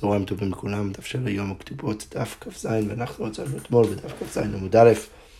צהריים טובים לכולם, דף של היום הכתובות, דף כ"ז, ואנחנו מצאנו אתמול בדף כ"ז עמוד א',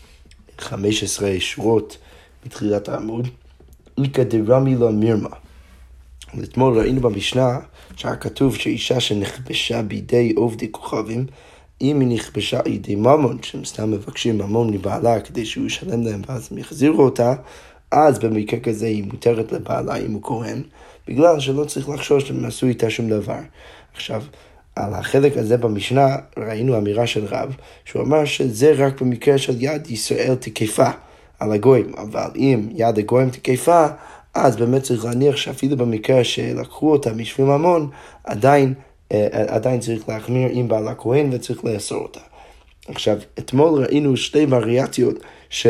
15 שורות בתחילת העמוד, איקא דרמי לה מירמה. אתמול ראינו במשנה שהיה כתוב שאישה שנכבשה בידי עובדי כוכבים, אם היא נכבשה בידי ממון, שהם סתם מבקשים ממון לבעלה כדי שהוא ישלם להם ואז הם יחזירו אותה, אז במקרה כזה היא מותרת לבעלה אם הוא כהן, בגלל שלא צריך לחשוש שהם עשו איתה שום דבר. עכשיו, על החלק הזה במשנה ראינו אמירה של רב, שהוא אמר שזה רק במקרה של יד ישראל תקפה על הגויים, אבל אם יד הגויים תקפה, אז באמת צריך להניח שאפילו במקרה שלקחו אותה בשביל ממון, עדיין צריך להחמיר עם בעלה כהן וצריך לאסור אותה. עכשיו, אתמול ראינו שתי וריאציות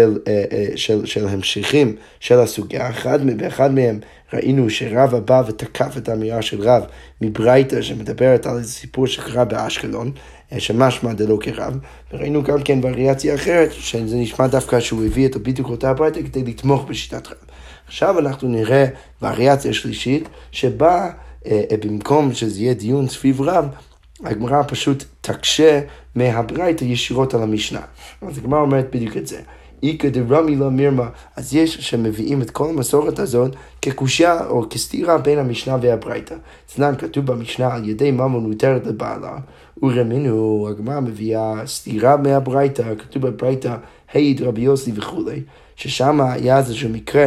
של המשכים של הסוגיה. באחד מהם ראינו שרב בא ותקף את האמירה של רב מברייתא שמדברת על איזה סיפור שקרה באשקלון, שמשמע דלא כרב. וראינו גם כן וריאציה אחרת, שזה נשמע דווקא שהוא הביא את בדיוק אותה ברייתא כדי לתמוך בשיטת רב. עכשיו אנחנו נראה וריאציה שלישית, שבה במקום שזה יהיה דיון סביב רב, הגמרא פשוט תקשה מהברייתא ישירות על המשנה. אז הגמרא אומרת בדיוק את זה. איקא דרמי לה מירמה, אז יש שמביאים את כל המסורת הזאת כקושיה או כסתירה בין המשנה והברייתא. אצלם כתוב במשנה על ידי ממון מותרת לבעלה, ורמינו, הגמרא מביאה סתירה מהברייתא, כתוב בברייתא העיד רבי יוסי וכו', ששם היה איזשהו מקרה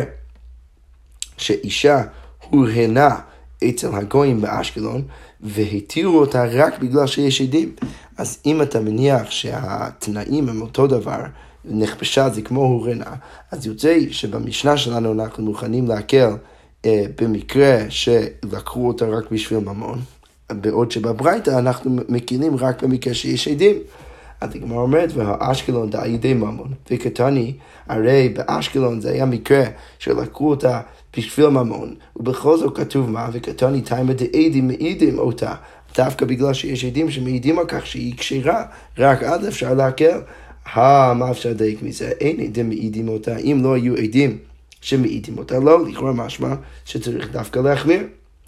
שאישה הורהנה אצל הגויים באשקלון, והתירו אותה רק בגלל שיש עדים. אז אם אתה מניח שהתנאים הם אותו דבר, נכבשה זה כמו הורנה, אז יוצא שבמשנה שלנו אנחנו מוכנים להקל במקרה שלקחו אותה רק בשביל ממון, בעוד שבברייתא אנחנו מקילים רק במקרה שיש עדים. אז הגמרא אומרת, והאשקלון דה ידי ממון, וקטני, הרי באשקלון זה היה מקרה שלקחו אותה בשביל ממון, ובכל זאת כתוב מה, וקטני תימא דעדים מעידים אותה, דווקא בגלל שיש עדים שמעידים על כך שהיא כשרה, רק אז אפשר להקל. מה אפשר לדייק מזה? אין עדים מעידים אותה, אם לא היו עדים שמעידים אותה, לא, לכאורה משמע שצריך דווקא להחמיר.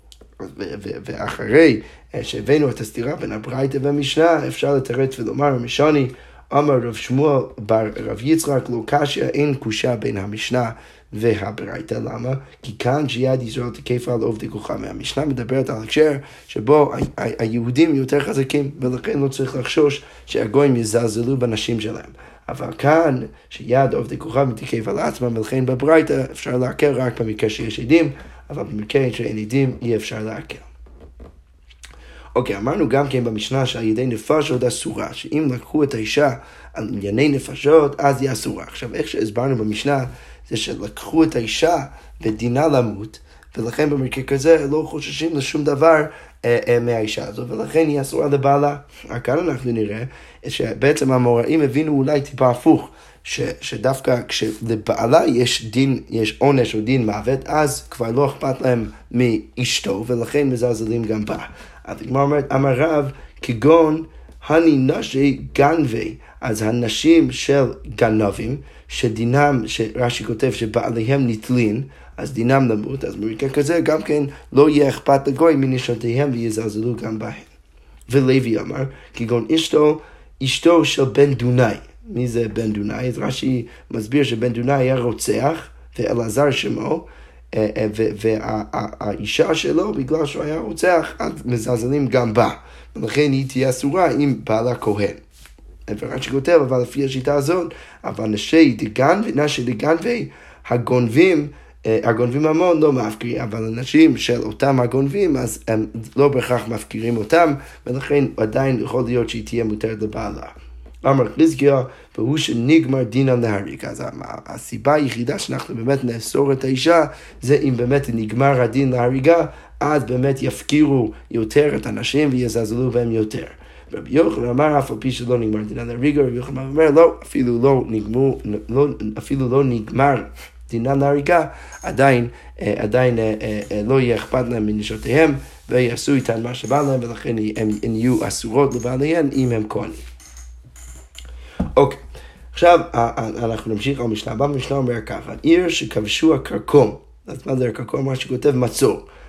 ואחרי שהבאנו את הסתירה בין הברייתא והמשנה, אפשר לתרץ ולומר, המשני, אמר רב שמואל בר רב יצחק, לא קשיא, אין קושיה בין המשנה והברייתא. למה? כי כאן שיד ישראל תקפה על עובדי כוכבים. המשנה מדברת על הקשר שבו היהודים יותר חזקים, ולכן לא צריך לחשוש שהגויים יזלזלו בנשים שלהם. אבל כאן שיד עובדי כוכבים תקפה על עצמם, ולכן בברייתא אפשר להקל רק במקרה שיש עדים, אבל במקרה שאין עדים אי אפשר להקל. אוקיי, אמרנו גם כן במשנה שעל ידי נפשות אסורה, שאם לקחו את האישה על ענייני נפשות, אז היא אסורה. עכשיו, איך שהסברנו במשנה, זה שלקחו את האישה ודינה למות, ולכן במקרה כזה לא חוששים לשום דבר מהאישה הזו, ולכן היא אסורה לבעלה. כאן אנחנו נראה שבעצם המוראים הבינו אולי טיפה הפוך, שדווקא כשלבעלה יש עונש או דין מוות, אז כבר לא אכפת להם מאשתו, ולכן מזלזלים גם בה. אז הגמרא אומרת, אמר רב, כגון הני נשי גנבי, אז הנשים של גנבים, שדינם, שרש"י כותב שבעליהם נטלין, אז דינם למות, אז במקרה כזה גם כן לא יהיה אכפת לגויים מנשותיהם ויזלזלו גם בהם. ולוי אמר, כגון אשתו של בן דונאי. מי זה בן דונאי? אז רש"י מסביר שבן דונאי היה רוצח, ואלעזר שמו, והאישה שלו, בגלל שהוא היה רוצח, אז מזלזלים גם בה. ולכן היא תהיה אסורה עם בעלה כהן. ורש"י כותב, אבל לפי השיטה הזאת, אבל נשי דגנבי, הגונבים ממון לא מפקירים, אבל אנשים של אותם הגונבים, אז הם לא בהכרח מפקירים אותם, ולכן עדיין יכול להיות שהיא תהיה מותרת לבעלה. אמר חזקיה, והוא שנגמר דינם להריג. אז הסיבה היחידה שאנחנו באמת נאסור את האישה, זה אם באמת נגמר הדין להריגה, אז באמת יפקירו יותר את הנשים ויזלזלו בהם יותר. רבי יוחנן אמר, אף על פי שלא נגמר דינם להריגה, רבי יוחנן אומר, לא, אפילו לא נגמר דינם להריגה, עדיין לא יהיה אכפת להם מנשותיהם, ויעשו איתן מה שבא להם, ולכן הן יהיו אסורות לבעליהן אם הם כהנים. אוקיי, עכשיו אנחנו נמשיך על משנה. במשנה אומר ככה, עיר שכבשו הקרקום, אז מה זה הקרקום? מה שכותב מצור.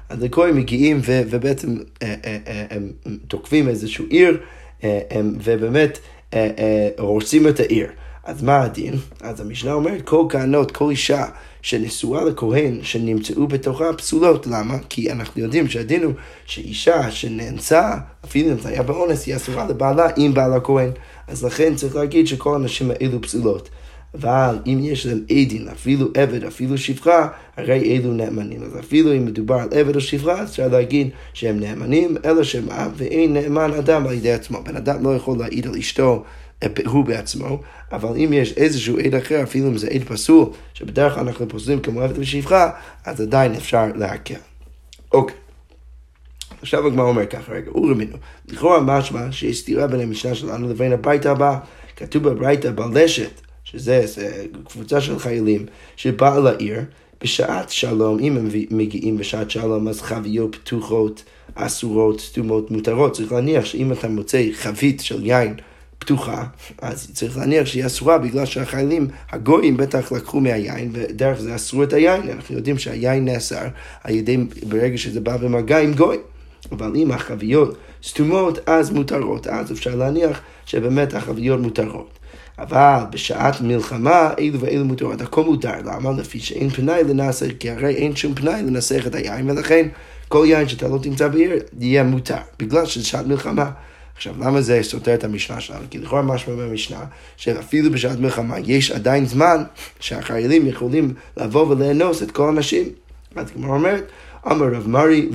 אז הגויים מגיעים ובעצם הם תוקפים איזשהו עיר, ובאמת הורסים את העיר. אז מה הדין? אז המשנה אומרת, כל כהנות, כל אישה שנשואה לכהן שנמצאו בתוכה פסולות. למה? כי אנחנו יודעים שהדין הוא שאישה שנאנסה, אפילו אם זה היה באונס, היא אסורה לבעלה עם בעל הכהן. אז לכן צריך להגיד שכל הנשים האלו פסולות. אבל אם יש להם עדין, אפילו עבד, אפילו שפחה, הרי אלו נאמנים. אז אפילו אם מדובר על עבד או שפחה, אפשר להגיד שהם נאמנים, אלא שהם ואין נאמן אדם על ידי עצמו. בן אדם לא יכול להעיד על אשתו הוא בעצמו, אבל אם יש איזשהו עד אחר, אפילו אם זה עד פסול, שבדרך כלל אנחנו פוסלים כמו עבד ושפחה, אז עדיין אפשר להקל. אוקיי. עכשיו הגמרא אומר ככה, רגע, ורמינו. לכאורה משמע שיש סתירה בין המשנה שלנו לבין הברייתא הבאה. כתוב בברייתא בלשת, שזה קבוצה של חיילים שבאה לעיר, בשעת שלום, אם הם מגיעים בשעת שלום, אז חביות פתוחות, אסורות, סתומות, מותרות. צריך להניח שאם אתה מוצא חבית של יין פתוחה, אז צריך להניח שהיא אסורה, בגלל שהחיילים הגויים בטח לקחו מהיין, ודרך זה אסרו את היין. אנחנו יודעים שהיין נאסר על ידי, ברגע שזה בא במגע עם גוי. אבל אם החביות סתומות, אז מותרות. אז אפשר להניח שבאמת החביות מותרות. אבל בשעת מלחמה, אילו ואילו מותרות, הכל מותר. למה? לפי שאין פנאי לנסח, כי הרי אין שום פנאי לנסח את היין, ולכן כל יין שאתה לא תמצא בעיר, יהיה מותר, בגלל ששעת מלחמה. עכשיו, למה זה סותר את המשנה שלנו? כי לכאורה משמע במשנה, שאפילו בשעת מלחמה יש עדיין זמן שהחיילים יכולים לבוא ולאנוס את כל האנשים. אז כמו אומרת, אמר רב מרי,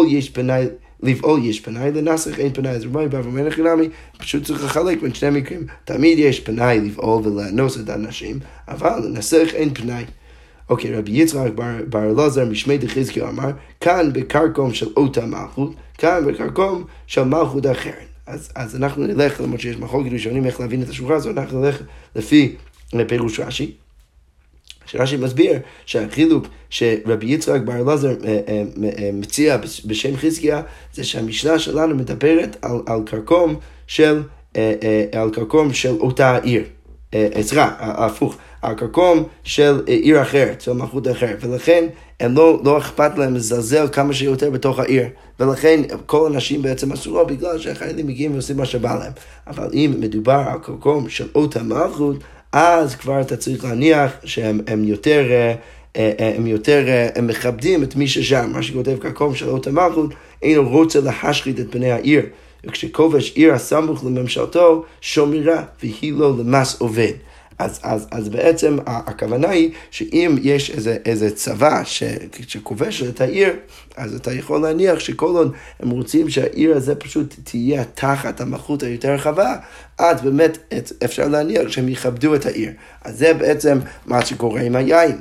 לבעול יש פנאי, לנסח אין פנאי. אז רבי בא ואומר לחינמי, פשוט צריך לחלק בין שני מקרים. תמיד יש פנאי לבעול ולאנוס את האנשים, אבל לנסח אין פנאי. אוקיי, רבי יצחק בר אלעזר משמי דחזקיהו אמר, כאן בקרקום של אותה מלכות, כאן בקרקום של מלכות אחרת. אז אנחנו נלך, למרות שיש מחלוקת ראשונים איך להבין את השורה הזאת, אנחנו נלך לפי פירוש רש"י. שרש"י מסביר שהחילוק שרבי יצחק בר אלעזר מציע בשם חזקיה, זה שהמשנה שלנו מדברת על קרקום של אותה עיר. הפוך, הקרקום של עיר אחרת, של מלכות אחרת, ולכן הם לא אכפת להם לזלזל כמה שיותר בתוך העיר, ולכן כל האנשים בעצם אסורו בגלל שהחיילים מגיעים ועושים מה שבא להם. אבל אם מדובר על קרקום של אותה מלכות, אז כבר אתה צריך להניח שהם הם מכבדים את מי ששם. מה שכותב קרקום של אותה מלכות, אינו רוצה להשחית את בני העיר, וכשכובש עיר הסמוך לממשלתו, שומרה והיא לו למס עובד. אז בעצם הכוונה היא שאם יש איזה צבא שכובש את העיר, אז אתה יכול להניח שכל עוד הם רוצים שהעיר הזה פשוט תהיה תחת המלכות היותר רחבה, אז באמת אפשר להניח שהם יכבדו את העיר. אז זה בעצם מה שקורה עם היין.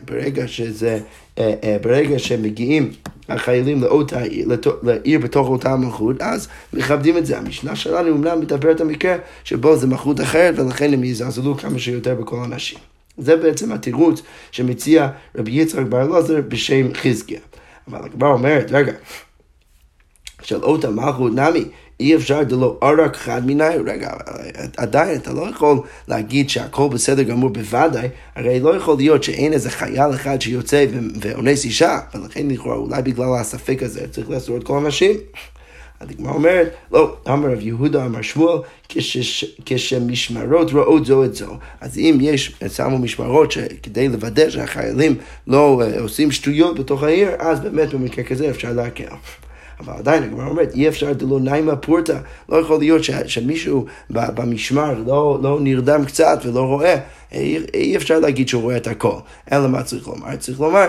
ברגע שהם מגיעים החיילים לעיר בתוך אותה מלכות, אז מכבדים את זה. המשנה שלנו אומנם מדברת המקרה שבו זה מלכות אחרת, ולכן הם יזלזלו כמה שיותר בכל האנשים. זה בעצם התירוץ שמציע רבי יצחק בר אלעזר בשם חזקיה. אבל הגמרא אומרת, רגע, של אותה מלכות נמי, אי אפשר דלא ערק חד מיני. רגע, עדיין אתה לא יכול להגיד שהכל בסדר גמור בוודאי, הרי לא יכול להיות שאין איזה חייל אחד שיוצא ואונס אישה, ולכן לכאורה אולי בגלל הספק הזה צריך לאסור את כל האנשים. הדגמרא אומרת, לא, אמר רב יהודה אמר שמואל, כשמשמרות ראות זו את זו. אז אם יש, שמו משמרות כדי לוודא שהחיילים לא עושים שטויות בתוך העיר, אז באמת במקרה כזה אפשר להקל. אבל עדיין הגמרא אומרת, אי אפשר דלא נעימה פורתא, לא יכול להיות שמישהו במשמר לא נרדם קצת ולא רואה, אי אפשר להגיד שהוא רואה את הכל. אלא מה צריך לומר? צריך לומר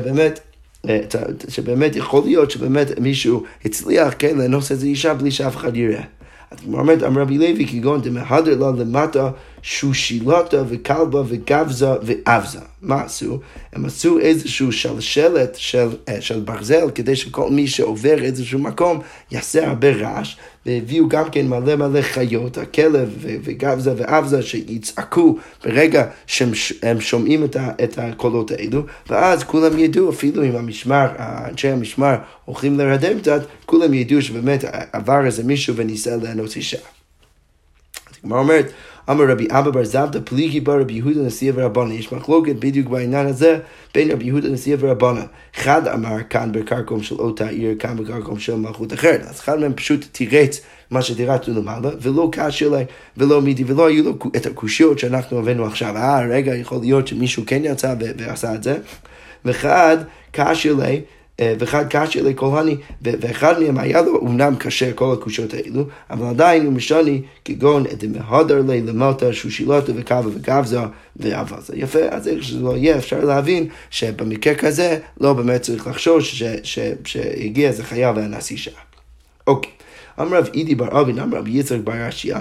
שבאמת יכול להיות שבאמת מישהו הצליח לאנוס איזו אישה בלי שאף אחד יראה. הגמרא אומרת, אמר רבי לוי, כגון דמהדר לה למטה שושילתה וכלבה וגבזה ואבזה. מה עשו? הם עשו איזשהו שלשלת של ברזל, כדי שכל מי שעובר איזשהו מקום יעשה הרבה רעש, והביאו גם כן מלא חיות, הכלב וגבזה ואבזה, שיצעקו ברגע שהם שומעים את הקולות האלו, ואז כולם ידעו, אפילו אם אנשי המשמר הולכים לרדם קצת, כולם ידעו שבאמת עבר איזה מישהו וניסה לאנוס אישה. הגמרא אומרת, אמר רבי אבא בר זבדא פליגי בר רבי יהודה נשיא ורבנה. יש מחלוקת בדיוק בעניין הזה בין רבי יהודה נשיא ורבנה. אחד אמר כאן בקרקום של אותה עיר, כאן בקרקום של מלכות אחרת. אז אחד מהם פשוט תירץ מה שתירצנו למעלה, ולא קשה לי, ולא מידי, ולא היו לו את הקושיות שאנחנו הבאנו עכשיו. רגע, יכול להיות שמישהו כן יצא ועשה את זה. ואחד קשה לי, ואחד קשה לי כהני, ואחד מהם היה לו אומנם קשה כל הקושיות האלו, אבל עדיין הוא משני כגון דמהדר לי למטה שושילתו וקו וגבזה ואבזה. יפה, אז איך שזה לא יהיה, אפשר להבין שבמקרה כזה לא באמת צריך לחשוש שהגיע איזה חיה והנשיא שעה. אוקיי, אמר רב אידי בר אבין, אמר רב יצחק בר אשיה,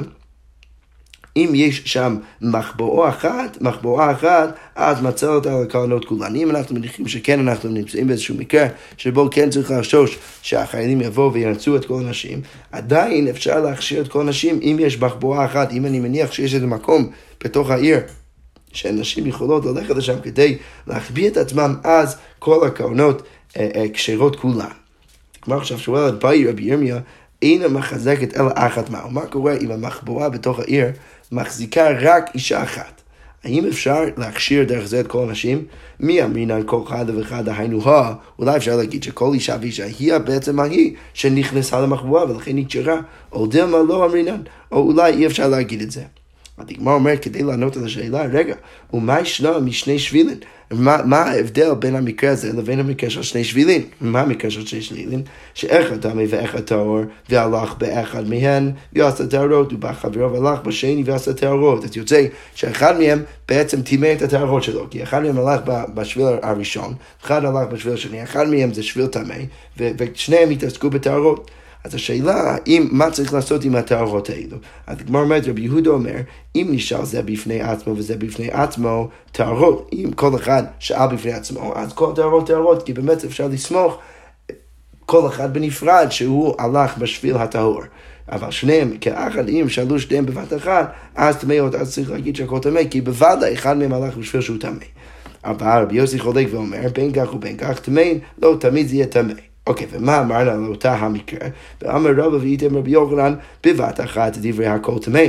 אם יש שם מחבואה אחת, אז מצא אותה על הכהנות כולן. אם אנחנו מניחים שכן אנחנו נמצאים באיזשהו מקרה, שבו כן צריך לחשוש שהחיילים יבואו וינצו את כל הנשים, עדיין אפשר להכשיר את כל הנשים אם יש מחבואה אחת. אם אני מניח שיש איזה מקום בתוך העיר, שאנשים יכולות ללכת לשם כדי להחביא את עצמם, אז כל הכהנות כשרות כולן. כמו עכשיו שואל את באי רבי ירמיה, אינה מחזקת אלא אחת מהו. מה קורה אם המחבואה בתוך העיר מחזיקה רק אישה אחת? האם אפשר להכשיר דרך זה את כל הנשים? מי אמרינן כל אחד ואחד היינו אולי אפשר להגיד שכל אישה ואישה היא בעצם היא שנכנסה למחבואה ולכן נקשרה, או דלמה לא אמרינן, או אולי אי אפשר להגיד את זה. הדגמרא אומרת כדי לענות על השאלה, רגע, ומה ישנה משני שבילין? מה ההבדל בין המקרה הזה לבין המקרה של שני שבילין? מה המקרה של שני שבילין? שאחד טמא ואחד טהור, והלך באחד מהן ועשה טהרות, ובא חברו והלך בשני ועשה טהרות. אז יוצא שאחד מהם בעצם טימא את הטהרות שלו, כי אחד מהם הלך בשביל הראשון, אחד הלך בשביל השני, אחד מהם זה שביל טמא, ושניהם התעסקו בטהרות. אז השאלה, מה צריך לעשות עם הטהרות האלו? אז כמו אומרת, רבי יהודה אומר, אם נשאל זה בפני עצמו וזה בפני עצמו, טהרות, אם כל אחד שאל בפני עצמו, אז כל טהרות, כי באמת אפשר לסמוך כל אחד בנפרד שהוא הלך בשביל הטהור. אבל שניהם כאחד, אם שאלו שניהם בבת אחת, אז טמאות, אז צריך להגיד שהכל טמא, כי בוודאי אחד מהם הלך בשביל שהוא טמא. אבל רבי יוסי חולק ואומר, בין כך ובין כך טמא, לא תמיד זה יהיה טמא. אוקיי, ומה אמרנו על אותה המקרה? ואמר רבא ואיתם רבי יוחנן, בבת אחת דברי הכל טמא.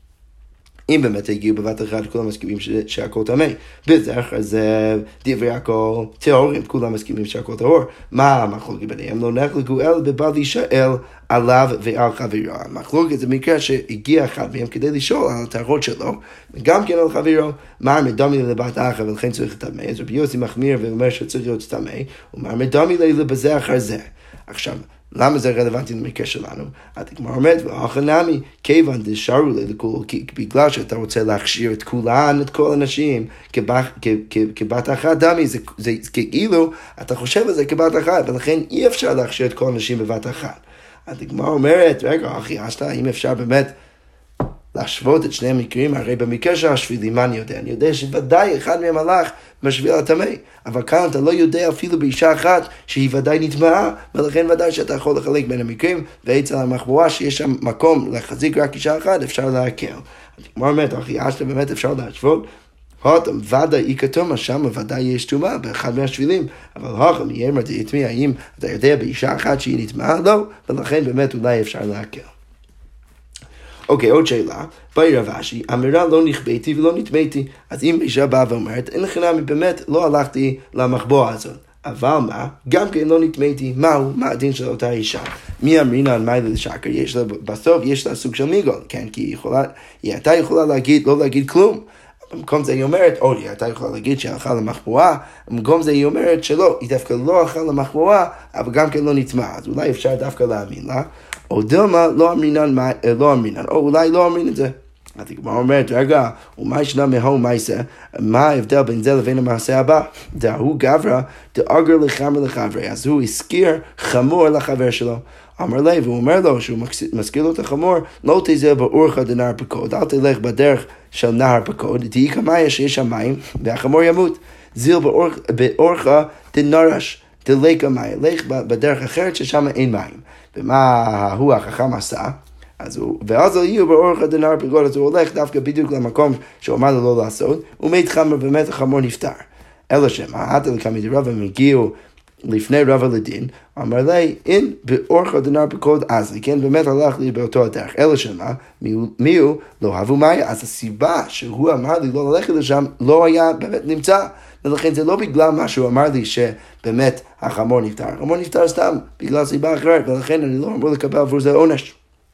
אם באמת הגיעו בבת אחת, כולם מסכימים שהכל טמא. בדרך אז דברי הכל טהורים, כולם מסכימים שהכל טהור. מה המחלוקת ביניהם? לא נחלקו אלא בבא להישאל עליו ועל חברו. המחלוקת זה מקרה שהגיע אחד מהם כדי לשאול על הטהרות שלו, וגם כן על חברו, מה מדמי לבת אחת ולכן צריך לטמא. אז רבי יוסי מחמיר ואומר שצריך להיות טמא, ומה מדמי לבזה אחר זה. עכשיו, למה זה רלוונטי למקרה שלנו? התגמרא אומרת, והחנמי, כיוון דשארו לכול, בגלל שאתה רוצה להכשיר את כולן, את כל הנשים, כבת אחת דמי, זה כאילו, אתה חושב על זה כבת אחת, ולכן אי אפשר להכשיר את כל הנשים בבת אחת. התגמרא אומרת, רגע, אחי, אם אפשר באמת להשוות את שני המקרים, הרי במקרה של השבילים, מה אני יודע? אני יודע שוודאי אחד מהם הלך בשביל הטמא, אבל כאן אתה לא יודע אפילו באישה אחת שהיא ודאי נטמעה, ולכן ודאי שאתה יכול לחלק בין המקרים, ואצל המחבואה שיש שם מקום להחזיק רק אישה אחת, אפשר להקל. כמו אומרת, אחי, באמת אפשר להשוות, ודאי אי כתומה, שם ודאי יש טומאה באחד מהשבילים, אבל החם יאמר דהיטמא, האם אתה יודע באישה אחת שהיא נטמעה? לא, ולכן באמת אולי אפשר להקל. אוקיי, עוד שאלה, באי רב אשי, אמירה לא נכבאתי ולא נטמאתי, אז אם אישה באה ואומרת, אין לכם באמת לא הלכתי למחבואה הזאת, אבל מה? גם כן לא נטמאתי, מהו? מה הדין של אותה אישה? מי אמרינה על מיילה לשקר? בסוף יש לה סוג של מיגול, כן? כי היא הייתה יכולה להגיד, לא להגיד כלום. במקום זה היא אומרת, היא הייתה יכולה להגיד שהיא הלכה למחבואה, במקום זה היא אומרת שלא, היא דווקא לא הלכה למחבואה, אבל גם כן לא נטמעה, אז אולי אפשר דווקא להאמין לה. או דלמה לא אמרינן, או אולי לא אמרין את זה. אז הגמרא אומרת, רגע, ומה ישנה מהו מייסה? מה ההבדל בין זה לבין המעשה הבא? דהוא גברא, דאגר לחמר לחברי, אז הוא הזכיר חמור לחבר שלו. אמר לי, והוא אומר לו שהוא מזכיר לו את החמור, לא תזהה באורחה דנהר פקוד, אל תלך בדרך של נהר פקוד, תהי כמיה שיש שם מים, והחמור ימות. זיל באורחה דנרש, דלק המיה, לך בדרך אחרת ששם אין מים. ומה הוא החכם עשה? ואז יהיו באורחה דנהר פקוד, אז הוא הולך דווקא בדיוק למקום שהוא אמר לו לא לעשות, הוא מת חמור, באמת החמור נפטר. אלא שמה, עתה לקמא דרבא הם הגיעו לפני רבא לדין, אמר לי, אין באורחא דנר בקוד אזלי, כן, באמת הלך לי באותו הדרך, אלא שמה, מי הוא? לא הבו מאיה, אז הסיבה שהוא אמר לי לא ללכת לשם, לא היה באמת נמצא, ולכן זה לא בגלל מה שהוא אמר לי שבאמת החמור נפטר, החמור נפטר סתם, בגלל סיבה אחרת, ולכן אני לא אמור לקבל עבור זה עונש.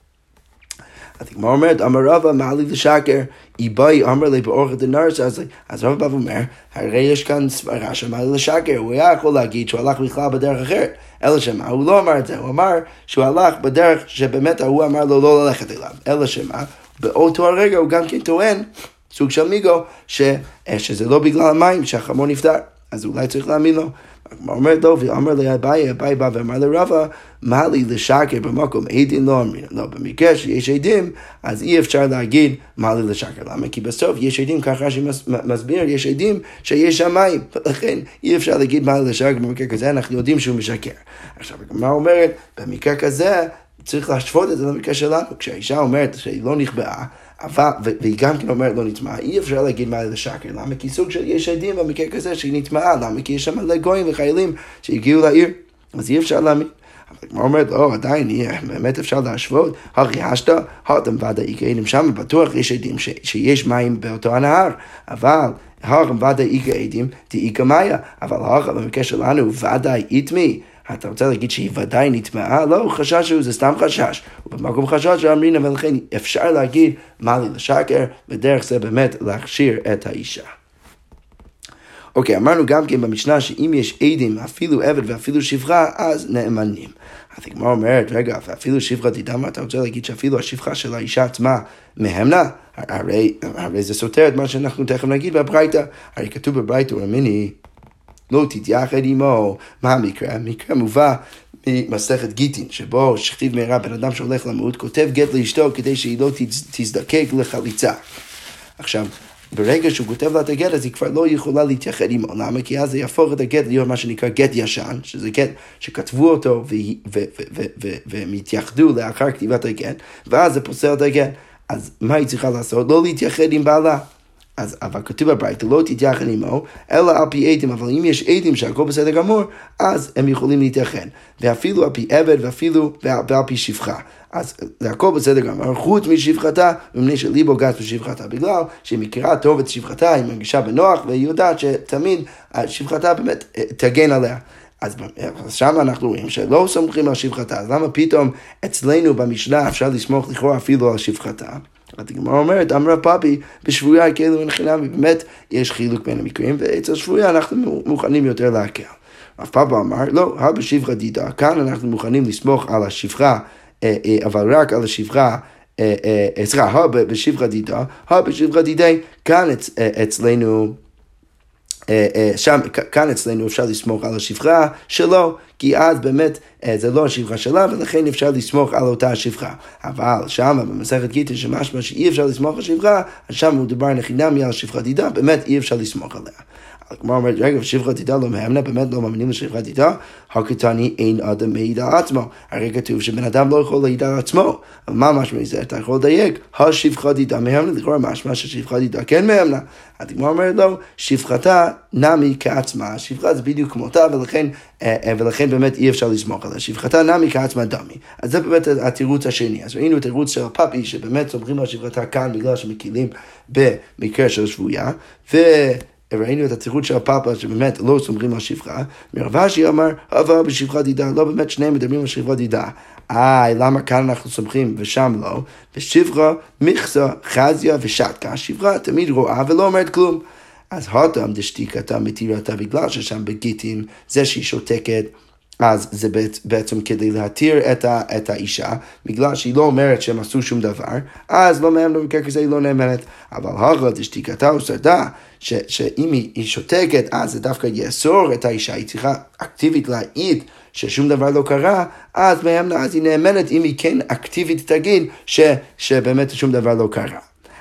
אז הגמרא אומרת, אמר רבא, מה לי לשקר? איבאי אמר לי באורחא דנר אזלי, אז רבא בא ואומר, הרי יש כאן סברה שמה לי לשקר, הוא היה יכול להגיד שהוא הלך בכלל בדרך אחרת, אלא שמה, הוא לא אמר את זה, הוא אמר שהוא הלך בדרך שבאמת הוא אמר לו לא ללכת אליו, אלא שמה, באותו הרגע הוא גם כן טוען, סוג של מיגו, שזה לא בגלל המים שהחמור נפטר, אז אולי צריך להאמין לו. אומר דוב, אמר לי אביי בא ואמר לרבא, מה לי לשקר במקום, עדים לא אומרים, לא, במקרה שיש עדים, אז אי אפשר להגיד מה לי לשקר, למה? כי בסוף יש עדים, ככה שמסביר, יש עדים שיש שמיים, ולכן אי אפשר להגיד מה לי לשקר במקרה כזה, אנחנו יודעים שהוא משקר. עכשיו, מה אומרת, במקרה כזה, צריך להשוות את זה למקרה שלנו, כשהאישה אומרת שהיא לא נכבאה, והיא גם כן אומרת לא נטמעה, אי אפשר להגיד מה לשקר, למה? כי סוג של יש עדים במקרה כזה שהיא נטמעה, למה? כי יש שם מלא גויים וחיילים שהגיעו לעיר, אז אי אפשר להאמין. אבל כמו אומרת, לא, עדיין, באמת אפשר להשוות, הרי השתה, הותם ודאי עדים שם, בטוח יש עדים שיש מים באותו הנהר, אבל הרי ודאי עדים תאיקה מאיה, אבל הרי במקרה שלנו ודאי יטמי, אתה רוצה להגיד שהיא ודאי נטמעה? לא, חשש שהוא, זה סתם חשש. ובמקום חשש שאמרינה, ולכן אפשר להגיד מה לי לשקר, ודרך זה באמת להכשיר את האישה. אוקיי, אמרנו גם כן במשנה שאם יש עדים, אפילו עבד ואפילו שפחה, אז נאמנים. אז הגמרא אומרת, רגע, ואפילו שפחה תדמה, אתה רוצה להגיד שאפילו השפחה של האישה עצמה מהמנה? הרי זה סותר את מה שאנחנו תכף נגיד בברייתא. הרי כתוב בברייתא, רמיני, לא תתייחד עמו. מה המקרה? המקרה מובא ממסכת גיטין, שבו שכתיב מהרה בן אדם שהולך למות, כותב גט לאשתו כדי שהיא לא תזדקק לחליצה. עכשיו, ברגע שהוא כותב לה את הגט, אז היא כבר לא יכולה להתייחד עמו. למה? כי אז זה יהפוך את הגט להיות מה שנקרא גט ישן, שזה גט שכתבו אותו והם התייחדו לאחר כתיבת הגט, ואז זה פוסל את הגט. אז מה היא צריכה לעשות? לא להתייחד עם בעלה. אז אבל כתוב בברייתא, לא תתייחד עמו, אלא על פי עדים, אבל אם יש עדים שהכל בסדר גמור, אז הם יכולים להתייחד. ואפילו על פי עבד, ואפילו ועל פי שפחה. אז זה הכל בסדר גמור, חוץ משפחתה, ומפני שליבו גס בשפחתה, בגלל שהיא מכירה טוב את שפחתה, היא מרגישה בנוח, והיא יודעת שתמיד שפחתה באמת תגן עליה. אז שם אנחנו רואים שלא סומכים על שפחתה, אז למה פתאום אצלנו במשנה אפשר לסמוך לכאורה אפילו על שפחתה? הגמרא אומרת, אמרה פאפי, בשבויה כאילו אין חינם, באמת יש חילוק בין המקרים, ואצל שבויה אנחנו מוכנים יותר להקל. אף פאפי אמר, לא, בשפחה דידה, כאן אנחנו מוכנים לסמוך על השפחה, אבל רק על השפחה, בשפחה דידה, בשפחה דידי, כאן אצלנו, כאן אצלנו אפשר לסמוך על השפחה שלו, כי אז באמת זה לא השפחה שלה, ולכן אפשר לסמוך על אותה השפחה. אבל שם במסכת גיטין שמשמע שאי אפשר לסמוך על השפחה, אז שם הוא דבר נחינמי על השפחה דידה, באמת אי אפשר לסמוך עליה. כמו אומרת, רגע, שפחה דידה לא מהמנה, באמת לא מאמינים לשפחה דידה, הקטני אין אדם מעיד על עצמו. הרי כתוב שבן אדם לא יכול להעיד על עצמו. אבל מה משמע זה? אתה יכול לדייק, השפחה דידה מהמנה, לכאורה משמע ששפחה דידה כן מהמנה. הדגמרא אומרת לו, שפחתה נמי כעצמה, השפחה זה בדיוק כמותה, ולכן באמת אי אפשר לסמוך עליה. שפחתה נמי כעצמה דמי. אז זה באמת התירוץ השני. אז ראינו את התירוץ של הפאפי, שבאמת סומכים על שפחתה כאן, בגלל שמקילים במקרה של שבויה, ראינו את התירוץ של הפאפה שבאמת לא סומכים על שפחה, מרב אשי אמר, אבל בשפחה דידה, לא באמת שניהם מדברים על שפחה דידה. למה כאן אנחנו סומכים ושם לא? ושפחה, מכסה, חזיה ושתקה, השפחה תמיד רואה ולא אומרת כלום. אז הותם דשתיקתה מתירתה, בגלל ששם בגיטין זה שהיא שותקת, אז זה בעצם כדי להתיר את האישה, בגלל שהיא לא אומרת שהם עשו שום דבר, אז לא מהם במקרה כזה היא לא נאמנת. אבל הרי דשתיקתה הוא סרדה, שאם היא שותקת, אז זה דווקא יאסור את האישה, היא צריכה אקטיבית להעיד ששום דבר לא קרה, אז מהם אז היא נאמנת אם היא כן אקטיבית תגיד שבאמת שום דבר לא קרה.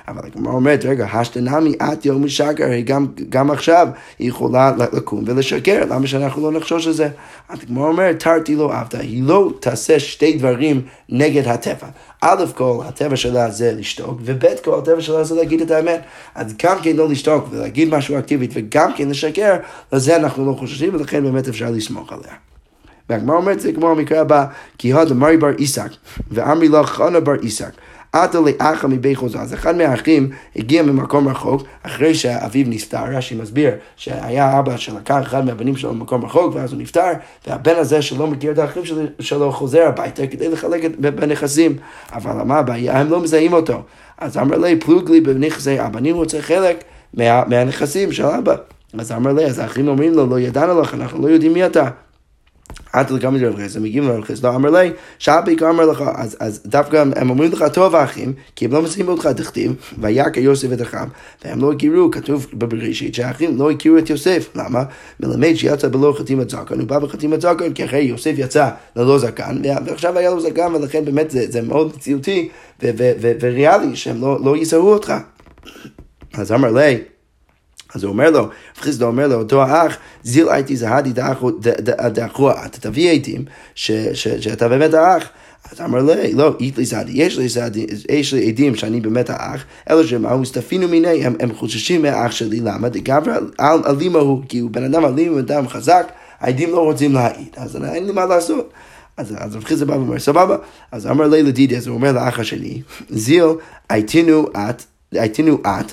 אבל הגמרא אומרת, רגע, השתנמי את יום משקר, גם עכשיו היא יכולה לקום ולשקר, למה שאנחנו לא נחשוש על זה? הגמרא אומרת, תרתי לא עבדה, היא לא תעשה שתי דברים נגד הטבע. א' כל, הטבע שלה זה לשתוק, וב' כל, הטבע שלה זה להגיד את האמת. אז גם כן לא לשתוק ולהגיד משהו אקטיבית, וגם כן לשקר, לזה אנחנו לא חוששים, ולכן באמת אפשר לסמוך עליה. והגמרא אומרת, זה כמו המקרה הבא, כי הוד אמרי בר עיסק, ואמרי לה חנה בר עיסק, עתה לאחה מבית חוזה. אז אחד מהאחים הגיע ממקום רחוק, אחרי שאביו נפטר, רש"י מסביר שהיה אבא שלקח אחד מהבנים שלו ממקום רחוק, ואז הוא נפטר, והבן הזה שלא מכיר את האחים שלו חוזר הביתה כדי לחלק בנכסים. אבל מה הבעיה? הם לא מזהים אותו. אז אמר לי, פלוג לי בנכסי אבא, אני רוצה חלק מהנכסים של אבא. אז אמר לי, אז האחים אומרים לו, לא ידענו לך, אנחנו לא יודעים מי אתה. עד לכמה דרב חסד, הם מגיעים לרב חסד, לא אמר לי, שביק אמר לך, אז דווקא הם אומרים לך, טוב האחים, כי הם לא מזהים אותך תכתיב, ויקר יוסף את אחיו, והם לא הכירו, כתוב בבראשית, שהאחים לא הכירו את יוסף, למה? מלמד שיצא בלא חתימת זקן, הוא בא בחתימת זקן, כי אחרי יוסף יצא ללא זקן, ועכשיו היה לו זקן, ולכן באמת זה מאוד מציאותי, וריאלי, שהם לא יזהו אותך. אז אמר לי, אז הוא אומר לו, חסדו אומר לו, אותו האח, זיל הייתי זהדי דאחו, אתה תביא עדים שאתה באמת האח. אז אמר לי, לא, אית לי זהדי, יש לי עדים שאני באמת האח, אלא שמה, הוא סתפינו מיני, הם חוששים מהאח שלי, למה? דגבר אלימה הוא, כי הוא בן אדם אלים, בן אדם חזק, העדים לא רוצים להעיד, אז אין לי מה לעשות. אז רב חיסדא בא ואומר, סבבה, אז אמר לי לדידי, אז הוא אומר לאח השני, זיל, הייתנו את,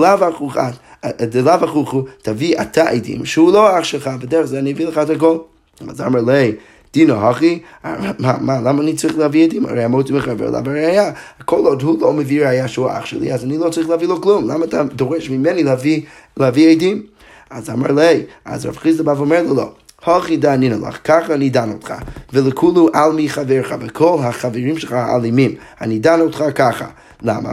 דלאו אחוכו, תביא אתה עדים, שהוא לא אח שלך, בדרך זה אני אביא לך את הכל. אז אמר לי, דינו אחי, למה אני צריך להביא עדים? הרי המות מחבר לה בראיה, כל עוד הוא לא מביא ראיה שהוא אח שלי, אז אני לא צריך להביא לו כלום, למה אתה דורש ממני להביא עדים? אז אמר לי, אז רב חיסדא בא ואומר לו, לא, הכי דענינו לך, ככה אני דן אותך, ולכולו על מי חברך, וכל החברים שלך אלימים, אני דן אותך ככה, למה?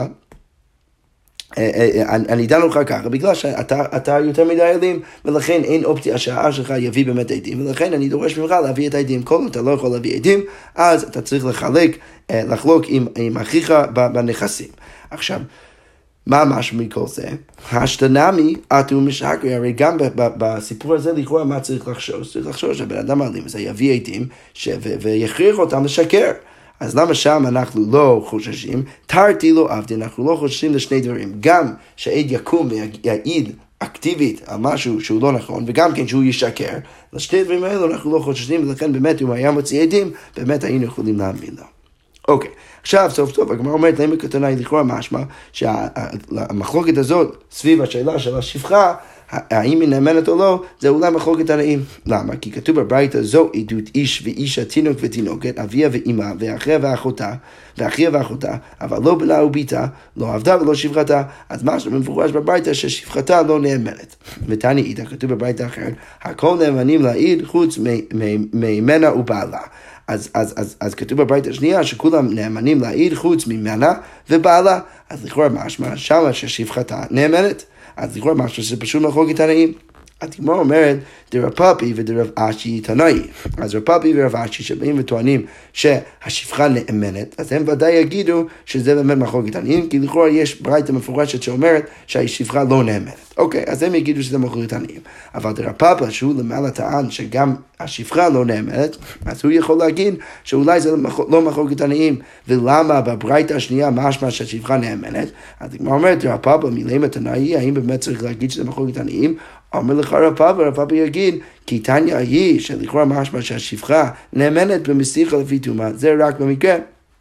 אני דן אותך ככה, בגלל שאתה יותר מדי עדים, ולכן אין אופציה שהאח שלך יביא באמת עדים, ולכן אני דורש ממך להביא את העדים. כל אתה לא יכול להביא עדים, אז אתה צריך לחלוק עם אחיך בנכסים. עכשיו, מה משהו מכל זה? השתנמי, אתו משקר, הרי גם בסיפור הזה לכאורה מה צריך לחשוש? צריך לחשוש שהבן אדם אלים, זה יביא עדים ויכריח אותם לשקר. אז למה שם אנחנו לא חוששים? תרתי לא עבדי, אנחנו לא חוששים לשני דברים. גם שהעד יקום ויעיד אקטיבית על משהו שהוא לא נכון, וגם כן שהוא ישקר. לשתי דברים האלו אנחנו לא חוששים, ולכן באמת אם הוא היה מוציא עדים, באמת היינו יכולים להאמין לו. אוקיי, עכשיו סוף סוף הגמרא אומרת למה קטנה היא לכאורה משמע שהמחלוקת הזאת סביב השאלה של השפחה, האם היא נאמנת או לא, זה אולי מחלוקת תנאים. למה? כי כתוב בברייתא זו עדות איש ואישה, תינוק ותינוקת, אביה ואימה, ואחיה ואחותה, אבל לא בנה וביתה, לא עבדה ולא שפחתה. אז משהו מפורש בברייתא ששפחתה לא נאמנת. ותני איתה, כתוב בברייתא אחרת, הכל נאמנים לעיד חוץ ממנה ובעלה. אז כתוב בברייתא השנייה שכולם נאמנים לעיד חוץ ממנה ובעלה. אז לכאורה משמע שמה ששפחתה נאמנת. אז לכאורה משהו שזה פשוט מחלוקת תנאים. הגמרא אומרת, דרב פאפי ודרב אשי תנאי. אז רב פאפי ורב אשי שבאים וטוענים שהשפחה נאמנת, אז הם ודאי יגידו שזה באמת מחלוקת תנאים, כי לכאורה יש ברייתא מפורשת שאומרת שהשפחה לא נאמנת. אוקיי, אז הם יגידו שזה מחלוקת תנאים. אבל דרב פאפא שהוא למעלה טען שגם השפחה לא נאמנת, אז הוא יכול להגיד שאולי זה לא מחלוקת תנאים. ולמה בברייתא השנייה משמע שהשפחה נאמנת? אז הגמרא אומרת, דרב פאפא מילמה תנאי, האם באמת צריך להגיד שזה מחלוקת תנאים? אומר לך רב פאפא יגיד, כי תניא היא שלכאורה משמע שהשפחה נאמנת במשיחה לפי טומאה, זה רק במקרה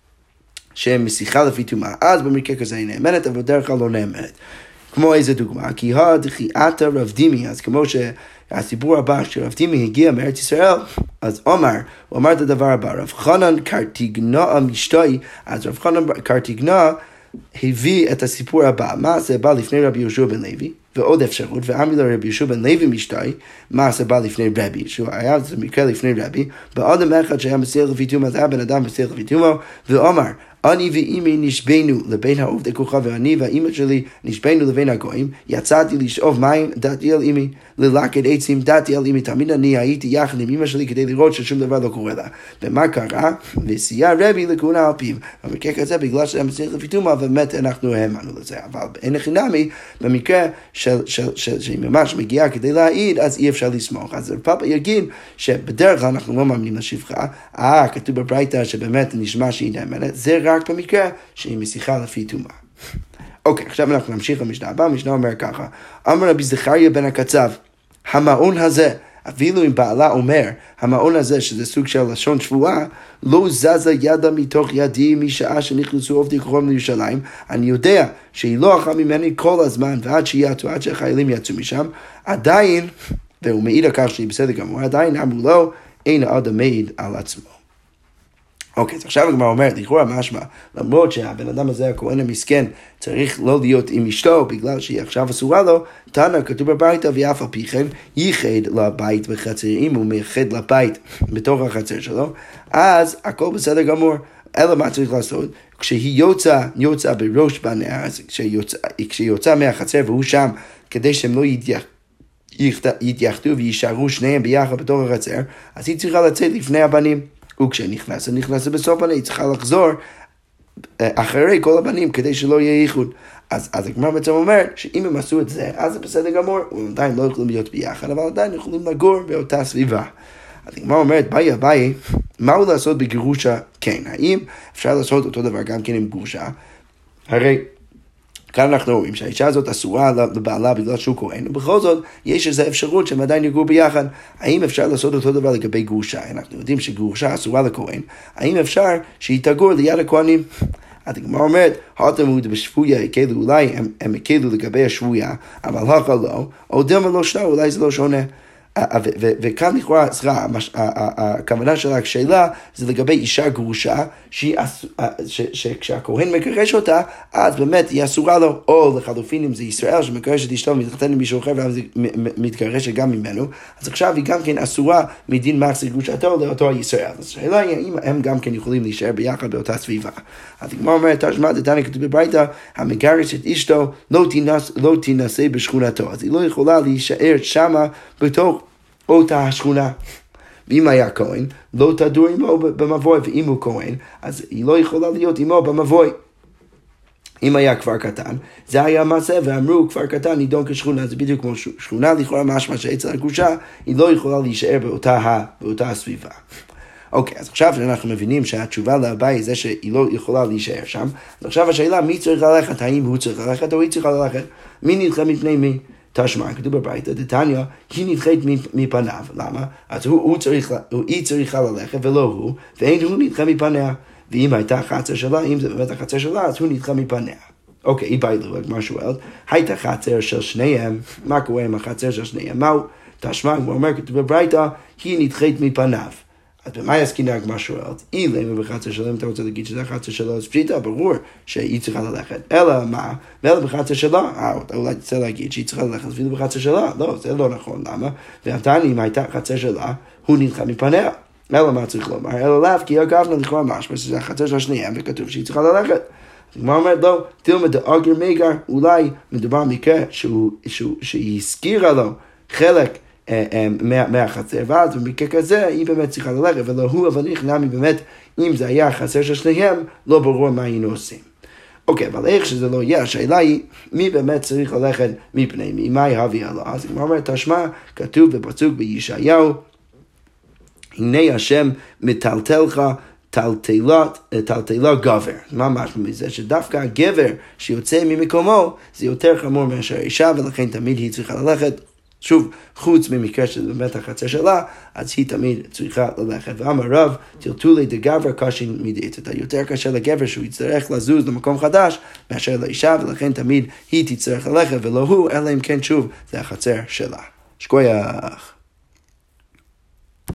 שמשיחה לפי טומאה, אז במקרה כזה היא נאמנת, אבל בדרך כלל לא נאמנת. כמו איזה דוגמה, כי דחיית רב דימי, אז כמו שהסיפור הבא שרב דימי הגיע מארץ ישראל, אז הוא אמר את הדבר הבא, רב חנן קרטיגנא משתוי, אז רב חנן קרטיגנא הביא את הסיפור הבא, מה זה בא לפני רבי יהושע בן לוי, ועוד אפשרות, ואמר לו רבי יהושע בן לוי משתוי, מה זה בא לפני רבי, שהוא היה מקרה לפני רבי, באדם אחד שהיה מסיח לפי טומאה, זה היה בן אדם מסיח לפי טומאה, ואומר, אני ואימי נשבנו לבין העובדי כוכב, ואני והאימא שלי נשבנו לבין הגויים, יצאתי לשאוב מים, דעתי על אימי, ללקט עצים, דעתי על אימי, תמיד אני הייתי יחד עם אימא שלי כדי לראות ששום דבר לא קורה לה. ומה קרה? וסייע רבי לכהונה על פיו. במקרה כזה, בגלל שהם מצליח לפי טומאה, באמת אנחנו האמנו לזה. אבל אין חינמי, במקרה שהיא ממש מגיעה כדי להעיד, אז אי אפשר לסמוך. אז פאפה יגיד שבדרך כלל אנחנו לא מאמינים לשפחה, כתוב בברייתא שבאמת נשמע שהיא נאמנת, זה רק במקרה שהיא משיחה לפי טומאה. אוקיי, עכשיו אנחנו נמשיך למשנה הבאה. המשנה אומר ככה, אמר רבי זכריה בן הקצב, המעון הזה, אפילו אם בעלה אומר, המעון הזה, שזה סוג של לשון שבועה, לא זזה ידה מתוך ידי משעה שנכנסו עובדי כוכב לירושלים, אני יודע שהיא לא אכלה ממני כל הזמן, ועד שיעטו, עד שהחיילים יצאו משם, עדיין, והוא מעיד על כך שהיא בסדר גמור, עדיין אמרו לו, אין האדם מעיד על עצמו. אוקיי, אז עכשיו הגמרא אומרת, לכאורה משמע, למרות שהבן אדם הזה, הכהן המסכן, צריך לא להיות עם אשתו, בגלל שהיא עכשיו אסורה לו, תנא כתוב בברייתא, ואף על פי כן, ייחד לבית בחצר, אם הוא מייחד לבית בתוך החצר שלו, אז הכל בסדר גמור. אלא מה צריך לעשות? כשהיא יוצא בראש בניה, כשהיא יוצא מהחצר והוא שם, כדי שהם לא יתייחדו וישארו שניהם ביחד בתוך החצר, אז היא צריכה לצאת לפני הבנים. וכשנכנסת בסוף בני, היא צריכה לחזור אחרי כל הבנים, כדי שלא יהיה ייחוד. אז הגמרא בעצם אומר, שאם הם עשו את זה, אז זה בסדר גמור, הם עדיין לא יכולים להיות ביחד, אבל עדיין יכולים לגור באותה סביבה. אז הגמרא אומרת, ביי, מה הוא לעשות בגירושה? כן, האם אפשר לעשות אותו דבר גם כן עם גרושה? הרי כאן אנחנו רואים שהאישה הזאת אסורה לבעלה בגלל שהוא כהן, ובכל זאת יש איזו אפשרות שהם עדיין יגור ביחד. האם אפשר לעשות אותו דבר לגבי גרושה? אנחנו יודעים שגרושה אסורה לכהן, האם אפשר שהיא תגור ליד הכהנים? הגמרא אומרת, התלמוד בשבויה הקלו, אולי הם הקלו לגבי השבויה, אבל הלכה לא, או דילמה לא שונה, אולי זה לא שונה. וכאן לכאורה, הכוונה של השאלה זה לגבי אישה גרושה, שכשהכהן מקרש אותה, אז באמת היא אסורה לו, או לחלופין אם זה ישראל שמקרש את אשתו ומתחתן עם מישהו אחר, ואז היא מתקרשת גם ממנו, אז עכשיו היא גם כן אסורה מדין מחזיר גרושתו לאותו ישראל. אז השאלה היא האם הם גם כן יכולים להישאר ביחד באותה סביבה. אז כמו אומרת, תשמע, דתני כתוב בברייתא, המגרש את אשתו לא תינשא בשכונתו, אז היא לא יכולה להישאר שמה בתוך אותה השכונה. ואם היה כהן, לא תדור עמו במבוי, ואם הוא כהן, אז היא לא יכולה להיות עמו במבוי. אם היה כפר קטן, זה היה מעשה, ואמרו כפר קטן נידון כשכונה, זה בדיוק כמו שכונה, לכאורה משמע שאצל הגרושה, היא לא יכולה להישאר באותה הסביבה. אוקיי, אז עכשיו אנחנו מבינים שהתשובה לאביי זה שהיא לא יכולה להישאר שם, אז עכשיו השאלה מי צריך ללכת, האם הוא צריך ללכת או היא צריכה ללכת, מי נדחה מפני מי? תשמע, כתוב בברייתא, דתניא, היא נדחית מפניו. למה? אז היא צריכה ללכת ולא הוא, ואין הוא נדחה מפניה. ואם הייתה החצר שלה, אם זה באמת החצר שלה, אז הוא נדחה מפניה. אוקיי, היא באה לו, כמו שואלת, הייתה חצר של שניהם, מה קורה עם החצר של שניהם? מהו? תשמע, הוא אומר, כתוב בברייתא, היא נדחית מפניו. אז במה יסכינה הגמרא שואלת? אילם בחצר שלהם, אתה רוצה להגיד שזה החצר שלו, אז פשיטה, ברור שהיא צריכה ללכת. אלא מה? ואלא בחצר שלה, אתה אולי תצא להגיד שהיא צריכה ללכת, אפילו בחצר שלה. לא, זה לא נכון. למה? ועתני, אם הייתה חצר שלה, הוא נדחה מפניה. אלא מה צריך לומר? אלא לאו, כי אגבנה לכאורה משמע, שזה החצר של שניהם, וכתוב שהיא צריכה ללכת. הגמרא אומרת, לא, תלמד דאגר מיגר, אולי מדובר מקרה שהיא הזכירה לו חלק מהחצר, ואז במקרה כזה היא באמת צריכה ללכת, ולא הוא, אבל נכנע באמת, אם זה היה החצר של שניהם, לא ברור מה היינו עושים. אוקיי, אבל איך שזה לא יהיה, השאלה היא, מי באמת צריך ללכת מפני מי, מה יהביא עליו? אז כמו אומרת, תשמע, כתוב בפסוק בישעיהו, הנה השם מטלטלך, טלטלה גבר. מה משמע מזה? שדווקא הגבר שיוצא ממקומו, זה יותר חמור מאשר האישה, ולכן תמיד היא צריכה ללכת, שוב, חוץ ממקרה של באמת החצר שלה, אז היא תמיד צריכה ללכת. ואמר רב, טלטולי דגבר קשים מדעת. אתה יותר קשה לגבר שהוא יצטרך לזוז למקום חדש, מאשר לאישה, ולכן תמיד היא תצטרך ללכת, ולא הוא, אלא אם כן שוב, זה החצר שלה. שכוייך.